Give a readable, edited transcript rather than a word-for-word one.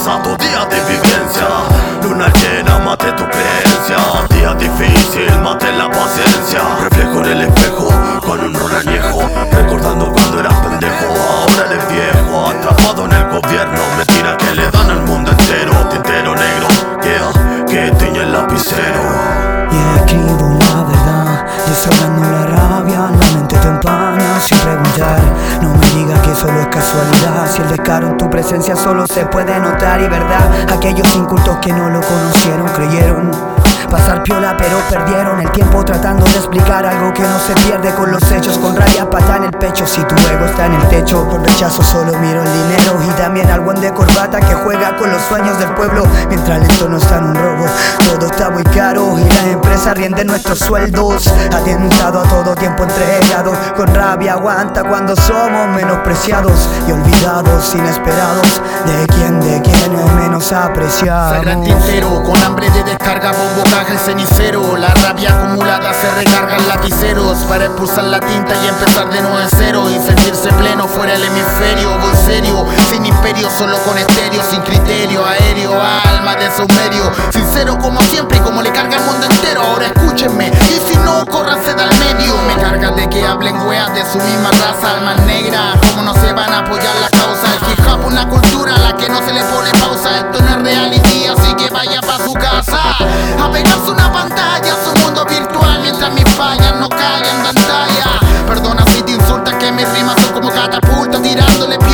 pasado, días de vivencia. Luna llena, mate tu creencia. Día difícil, mate la paciencia. Reflejo en el espejo, con un ron añejo. Recordando cuando eras pendejo, ahora eres viejo. Atrapado en el gobierno, mentira que le dan al mundo entero. Tintero negro, que tiñe el lapicero. Y escribo la verdad, desahogando la rabia. La mente te empaña sin preguntar. No me digas que solo es casualidad. Si el descaro en tu presencia solo se puede notar. Y verdad, aquellos incultos que no lo conocieron creyeron pasar piola pero perdieron el tiempo tratando de explicar algo que no se pierde con los hechos. Con rabia pata en el pecho si tu ego está en el techo. Por rechazo solo miro el dinero y también al buen de corbata que juega con los sueños del pueblo. Mientras lento no está en un robo, todo está muy caro y las empresas rinden nuestros sueldos. Atentado a todo tiempo entregado, con rabia aguanta cuando somos menospreciados y olvidados, inesperados de quien es menos apreciado. Sagrado tintero, con hambre de descarga, bombo caja el cenicero. La rabia acumulada se recarga en lapiceros para expulsar la tinta y empezar de nuevo en cero y sentirse pleno fuera el hemisferio. Voy serio, sin imperio, solo con estéreo, sin criterio, aéreo, alma de saumerio. Sincero como siempre y como le carga al mundo entero. Ahora escúchenme, y si no, córranse del medio. Me carga de que hablen weas de su misma raza, almas negras, como no se van a apoyar la causa. El hip hop una cultura a la que no se le pone pausa. Esto no es reality, así que vaya pa' su casa a pegarse una pantalla, su mundo virtual, mientras mis fallas no callan pantalla. Perdona si te insultas que mis rimas son como catapultas tirándole